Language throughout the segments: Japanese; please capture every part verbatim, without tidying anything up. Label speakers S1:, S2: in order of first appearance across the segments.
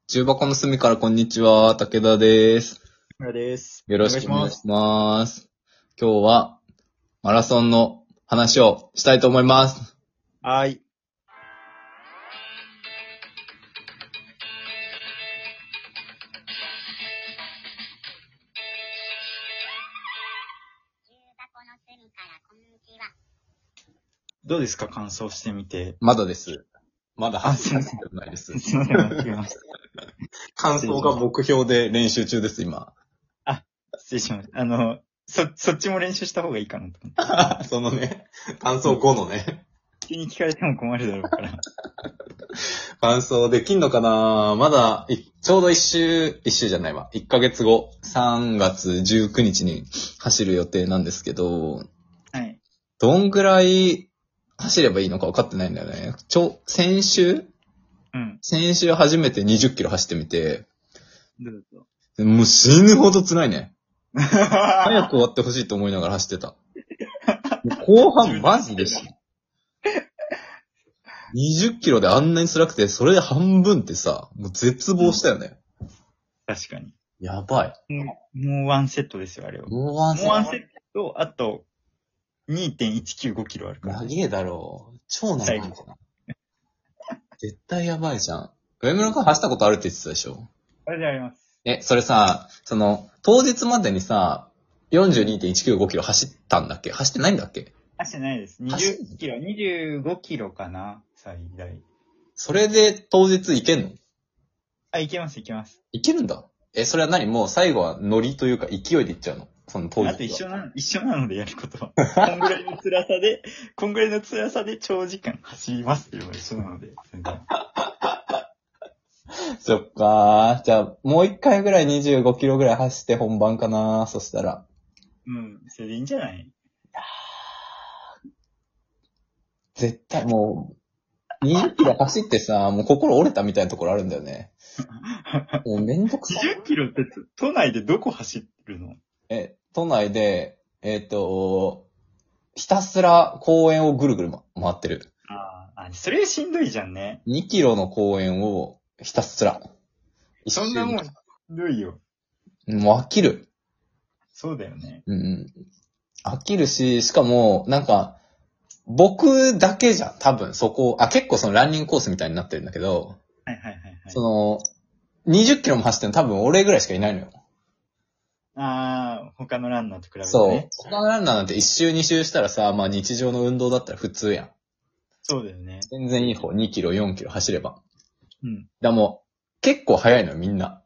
S1: 重箱の隅からこんにちは、武田です。
S2: 村です。
S1: よろしくお願いします。今日はマラソンの話をしたいと思います。
S2: はい。どうですか、感想してみて。
S1: まだです。まだ
S2: あ、
S1: 走っ
S2: すいません。
S1: てないです。
S2: すいません、間違えました。
S1: 感想が目標で練習中です、今。
S2: あ、失礼しました。あの、そ、そっちも練習した方がいいかなと思って。
S1: そのね、感想後のね。
S2: 急に聞かれても困るだろうから。
S1: 感想できんのかなまだい、ちょうど一周、一周じゃないわ。一ヶ月後、さんがつじゅうくにちに走る予定なんですけど、
S2: はい。
S1: どんぐらい走ればいいのか分かってないんだよね。ちょ、先週
S2: うん。
S1: 先週初めてにじゅっキロ走ってみて、
S2: どうぞ。
S1: もう死ぬほど辛いね。早く終
S2: は
S1: わってほしいと思いながら走ってた。後半マジでし。にじゅっキロであんなに辛くて、それで半分ってさ、もう絶望したよね。
S2: 確かに。
S1: やばい。
S2: もう、もうワンセットですよ、あれは。も
S1: もうワンセ
S2: うワンセット、あと、にてんいちきゅうごキロあるから。
S1: 長えだろう。超長いじゃん
S2: 最後。
S1: 絶対やばいじゃん。上村くん走ったことあるって言ってたでしょ？
S2: あれであります。
S1: え、それさ、その、当日までにさ、よんじゅうにてんいちきゅうごキロ走ったんだっけ？走ってないんだっけ？
S2: 走ってないです。にじゅっキロ、にじゅうごキロかな、最大。
S1: それで当日行けんの？
S2: あ、いけます、いけます。
S1: いけるんだ。え、それは何？もう最後はノリというか勢いでいっちゃうの？その当日は。
S2: あと一緒な、一緒なのでやることは。こんぐらいの辛さで、こんぐらいの辛さで長時間走りますっていうのが一緒なので、全然。
S1: そっかー。じゃあ、もう一回ぐらいにじゅうごキロぐらい走って本番かな。そしたら。
S2: うん、それでいいんじゃない？
S1: 絶対もう、にじゅっキロ走ってさ、もう心折れたみたいなところあるんだよね。もうめんどくさい。
S2: にじゅっキロって都内でどこ走るの？
S1: え、都内で、えっ、と、ひたすら公園をぐるぐるま回ってる。
S2: ああ、それしんどいじゃんね。
S1: にキロの公園をひたすら。
S2: そんなもん、しんどいよ。
S1: もう飽きる。
S2: そうだよね。
S1: うんうん。飽きるし、しかも、なんか、僕だけじゃん、多分そこ、あ、結構そのランニングコースみたいになってるんだけど、
S2: はいはいはいはい。
S1: その、にじゅっキロも走ってるの多分俺ぐらいしかいないのよ。
S2: ああ、他のランナーと比べて
S1: そう。
S2: ね。
S1: 他のランナーなんて一周二周したらさ、まあ日常の運動だったら普通やん。
S2: そうだよね。
S1: 全然いい方、にキロ、よんキロ走れば。
S2: うん。
S1: でも、結構速いのよ、みんな。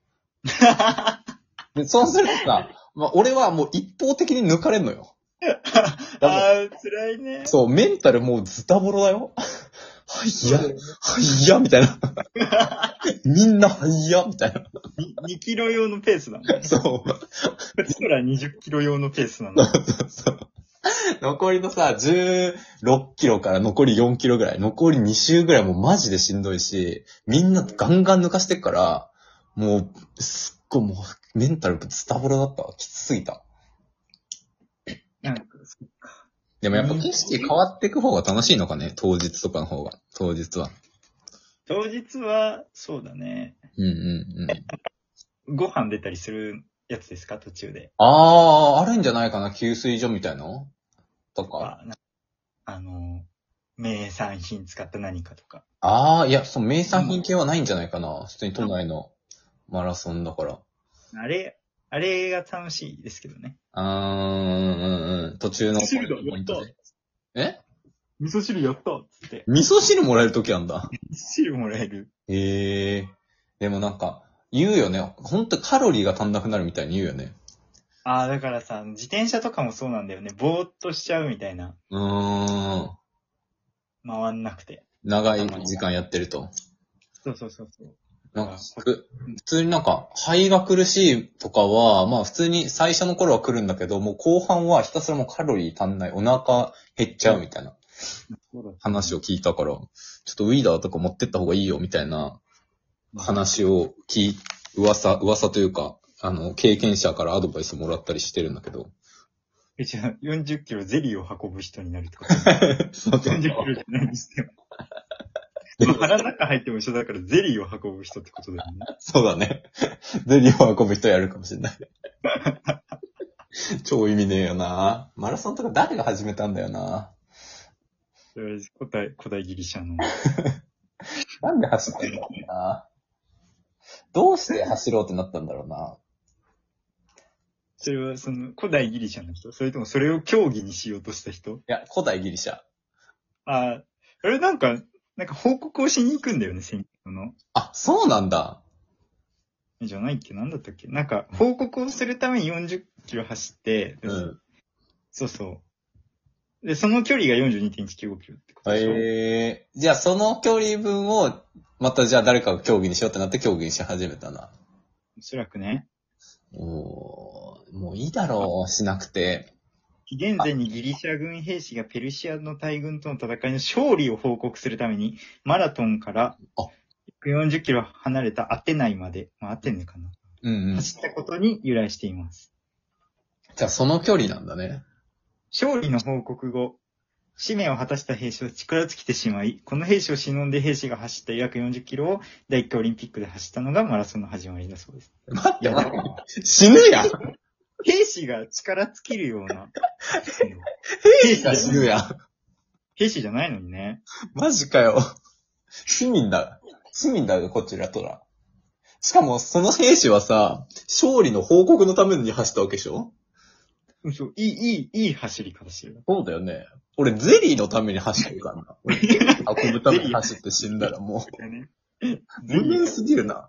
S1: で、そうするとさ、まあ俺はもう一方的に抜かれんのよ。
S2: ああ、辛いね。
S1: そう、メンタルもうズタボロだよ。はいや、はいや、みたいな。みんなはいや、みたいな。
S2: にキロ用のペースだもんね。
S1: そう。
S2: こっちからにじゅっキロ用のペースなの。
S1: そうそう。残りのさ、じゅうろっキロから残りよんキロぐらい、残りに周ぐらいもうマジでしんどいし、みんなガンガン抜かしてっから、もう、すっごいもう、メンタルズタボロだったわ。きつすぎた。
S2: なんか、そっか。
S1: でもやっぱ景色変わっていく方が楽しいのかね、当日とかの方が。当日は。
S2: 当日は、そうだね。
S1: うんうんうん。
S2: ご飯出たりするやつですか、途中で。
S1: あー、あるんじゃないかな、給水所みたいなのとか。
S2: あ、なあの、名産品使った何かとか。
S1: あー、いや、その名産品系はないんじゃないかな。普通に都内のマラソンだから。
S2: あれ、あれが楽しいですけどね。
S1: あー、うんうん。途中の
S2: 味噌汁だ
S1: ポイントで。え
S2: 味噌汁やったっつって。
S1: 味噌汁もらえるときあんだ。
S2: 味噌汁もらえる。
S1: へえ。でもなんか、言うよね。ほんとカロリーが足んなくなるみたいに言うよね。
S2: ああ、だからさ、自転車とかもそうなんだよね。ぼーっとしちゃうみたいな。
S1: うーん。
S2: 回んなくて。
S1: 長い時間やってると。
S2: そうそうそうそう。
S1: なんか、ふ普通になんか、肺が苦しいとかは、まあ普通に最初の頃は来るんだけど、もう後半はひたすらもうカロリー足んない、お腹減っちゃうみたいな話を聞いたから、ちょっとウィーダーとか持ってった方がいいよみたいな話を聞い、噂、噂というか、あの、経験者からアドバイスもらったりしてるんだけど。
S2: え、じゃあ、よんじゅっキロゼリーを運ぶ人になるってこと？
S1: そうそう
S2: よんじゅっキロじゃないにしても。 腹の中入っても一緒だからゼリーを運ぶ人ってことだよね。
S1: そうだね。ゼリーを運ぶ人やるかもしれない。超意味ねえよな。マラソンとか誰が始めたんだよな。
S2: それ古代、古代ギリシャの。
S1: なんで走ってんだろうな。どうして走ろうってなったんだろうな。
S2: それはその古代ギリシャの人？それともそれを競技にしようとした人？
S1: いや、古代ギリシャ。
S2: ああ、あれなんか、なんか報告をしに行くんだよね、選挙の。
S1: あ、そうなんだ。
S2: じゃないっけ？なんだったっけ？なんか、報告をするためによんじゅっキロ走って、
S1: うん。
S2: そうそう。で、その距離が よんじゅうにてんいちきゅうごキロってことでしょ？
S1: ええー、じゃあその距離分を、またじゃあ誰かが競技にしようってなって競技にし始めたな。
S2: おそらくね。
S1: おー、もういいだろう、しなくて。
S2: 紀元前にギリシャ軍兵士がペルシアの大軍との戦いの勝利を報告するために、マラトンからひゃくよんじゅっキロ離れたアテナイまで、まあ、アテネかな。
S1: うんうん。
S2: 走ったことに由来しています。
S1: じゃあその距離なんだね。
S2: 勝利の報告後、使命を果たした兵士は力尽きてしまい、この兵士を忍んで兵士が走った約よんじゅっキロを第一回オリンピックで走ったのがマラソンの始まりだそうです。
S1: 待って
S2: いや
S1: 待って。死ぬやん。
S2: 兵士が力尽きるような。
S1: 兵士が死ぬやん。
S2: 兵士じゃないのにね。
S1: マジかよ。市民だ。市民だよ、こちらとら。しかも、その兵士はさ、勝利の報告のために走ったわけでしょ？
S2: そう、いい、いい、いい走り方してる。
S1: そうだよね。俺、ゼリーのために走ってるからな。俺、ゼリー運ぶために走って死んだらもう、無念すぎるな。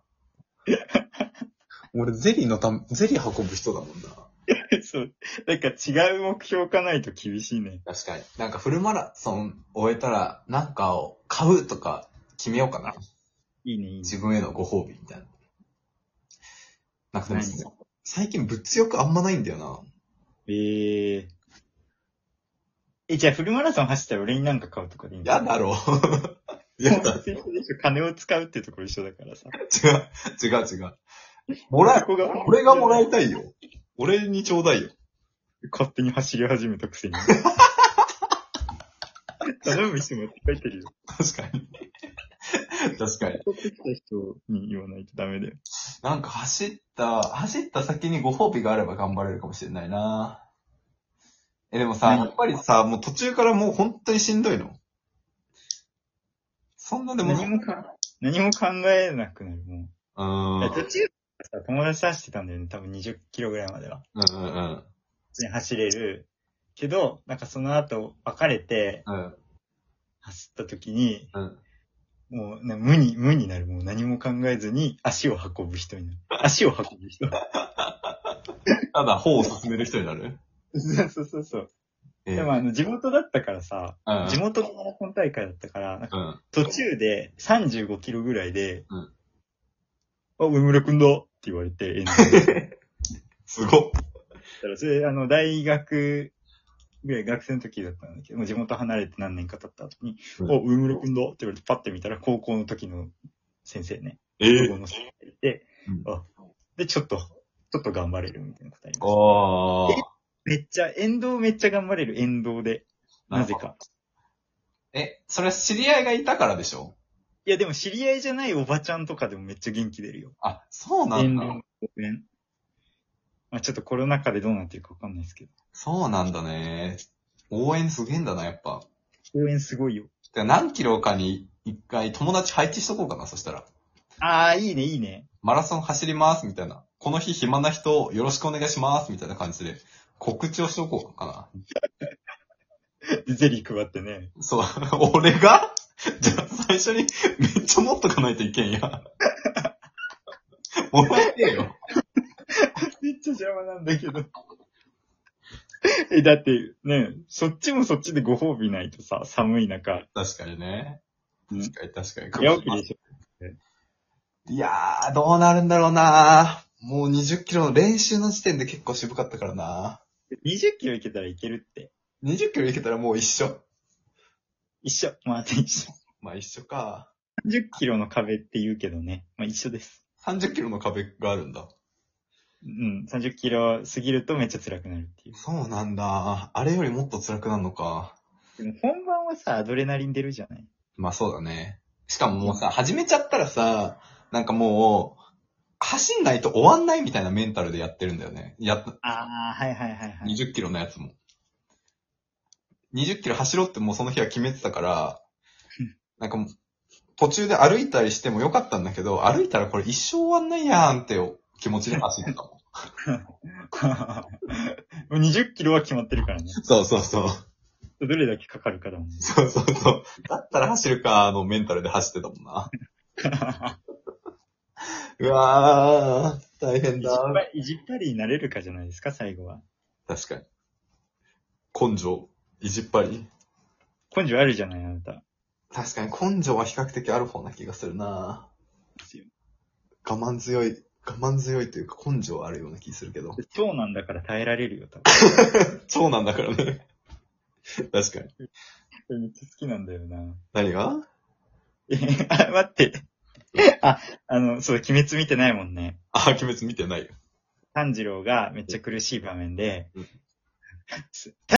S1: 俺、ゼリーのため、ゼリー運ぶ人だもんな。
S2: そう。なんか違う目標かないと厳しいね。
S1: 確かに。なんかフルマラソン終えたら、なんかを買うとか決めようかな。
S2: いいね、いいね。
S1: 自分へのご褒美みたいな。なんかでも、最近物欲あんまないんだよな。
S2: えー。え、じゃあフルマラソン走ったら俺になんか買うとかでいいんだ。
S1: やだろ。やだ。
S2: 金を使うっていうところ一緒だからさ。
S1: 違う、違う、違う。もらえ、俺がもらいたいよ。俺にちょうだいよ。
S2: 勝手に走り始めたくせに。頼む人もって書いてるよ。
S1: 確かに。確かに。
S2: 取ってきた人に言わないとダメだよ。
S1: なんか走った、走った先にご褒美があれば頑張れるかもしれないな。え、でもさ、やっぱりさ、もう途中からもう本当にしんどいの。そんなでも
S2: 何もか、何も考えなくなる、もう。
S1: うーん。
S2: 途中さ、友達と走ってたんだよね、多分にじゅっキロぐらいまでは。
S1: うんうんうん。
S2: 普通に走れる。けど、なんかその後別れて、
S1: うん。
S2: 走った時に、
S1: うん。
S2: もう、ね、無に、無になる。もう何も考えずに足を運ぶ人になる。足を運ぶ人。
S1: ただ、歩を進める人になる？
S2: そうそうそうそう。
S1: えー、
S2: でもあの、地元だったからさ、
S1: うん、
S2: 地元のマラソン大会だったから、なんか
S1: うん。
S2: 途中でさんじゅうごキロぐらいで、
S1: うん。
S2: あ、上村くんだって言われて、沿道で。
S1: すごっ。
S2: だからそれ、あの、大学ぐらい学生の時だったんだけど、もう地元離れて何年か経った後に、
S1: うん、
S2: お、上村くんだって言われてパッて見たら、高校の時の先生ね。
S1: えー、
S2: 高校の先生がいて、
S1: うん、
S2: あ、で、ちょっと、ちょっと頑張れるみたいなことありま
S1: おー。
S2: した。めっちゃ、沿道めっちゃ頑張れる、沿道で。なぜか。
S1: え、それは知り合いがいたからでしょ？
S2: いや、でも知り合いじゃないおばちゃんとかでもめっちゃ元気出るよ。
S1: あ、そうなんだ。
S2: 沿道の応援。まあちょっとコロナ禍でどうなってるかわかんないですけど。
S1: そうなんだね。応援すげえんだな、やっぱ。
S2: 応援すごいよ。
S1: 何キロかに一回友達配置しとこうかな、そしたら。
S2: ああ、いいね、いいね。
S1: マラソン走ります、みたいな。この日暇な人、よろしくお願いします、みたいな感じで、告知をしとこうかな。
S2: ゼリー配ってね。
S1: そう、俺がじゃあ最初にめっちゃ持っとかないといけんや。もらえてよ。
S2: めっちゃ邪魔なんだけど。え、だってね、そっちもそっちでご褒美ないとさ、寒い中。
S1: 確かにね。確かに確かに。
S2: 早起きでしょ。
S1: いやー、どうなるんだろうな。もうにじゅっキロの練習の時点で結構渋かったからな。
S2: にじゅっキロ行けたらいけるって。
S1: にじゅっキロ行けたらもう一緒。
S2: 一緒。まあ、一緒。
S1: まあ一緒か。
S2: さんじゅっキロの壁って言うけどね。まあ一緒です。
S1: さんじゅっキロの壁があるんだ。
S2: うん。さんじゅっキロ過ぎるとめっちゃ辛くなるっていう。
S1: そうなんだ。あれよりもっと辛くなるのか。
S2: でも本番はさ、アドレナリン出るじゃない？
S1: まあそうだね。 しかももうさ、始めちゃったらさ、なんかもう、走んないと終わんないみたいなメンタルでやってるんだよね。やっ
S2: ああ、はいはいはいはい。
S1: にじゅっキロのやつも。にじゅっキロ走ろうってもうその日は決めてたから、なんかもう、途中で歩いたりしてもよかったんだけど、歩いたらこれ一生終わんないやんって気持ちで走ってたもん。
S2: もうにじゅっキロは決まってるからね。
S1: そうそうそう。
S2: どれだけかかるかだもんね。
S1: そうそうそう。だったら走るか、のメンタルで走ってたもんな。うわー、大変だ。
S2: いじっぱりになれるかじゃないですか、最後は。
S1: 確かに。根性、いじっぱり。
S2: 根性あるじゃない、あなた。
S1: 確かに根性は比較的ある方な気がするな。我慢強い、我慢強いというか根性あるような気するけど。
S2: 長男だから耐えられるよ、多分。
S1: 長男だからね。確かに。
S2: めっちゃ好きなんだよな。
S1: 何が
S2: え、あ、待って。あ、あの、そう、鬼滅見てないもんね。
S1: あ、鬼滅見てないよ。
S2: 炭治郎がめっちゃ苦しい場面で、
S1: うん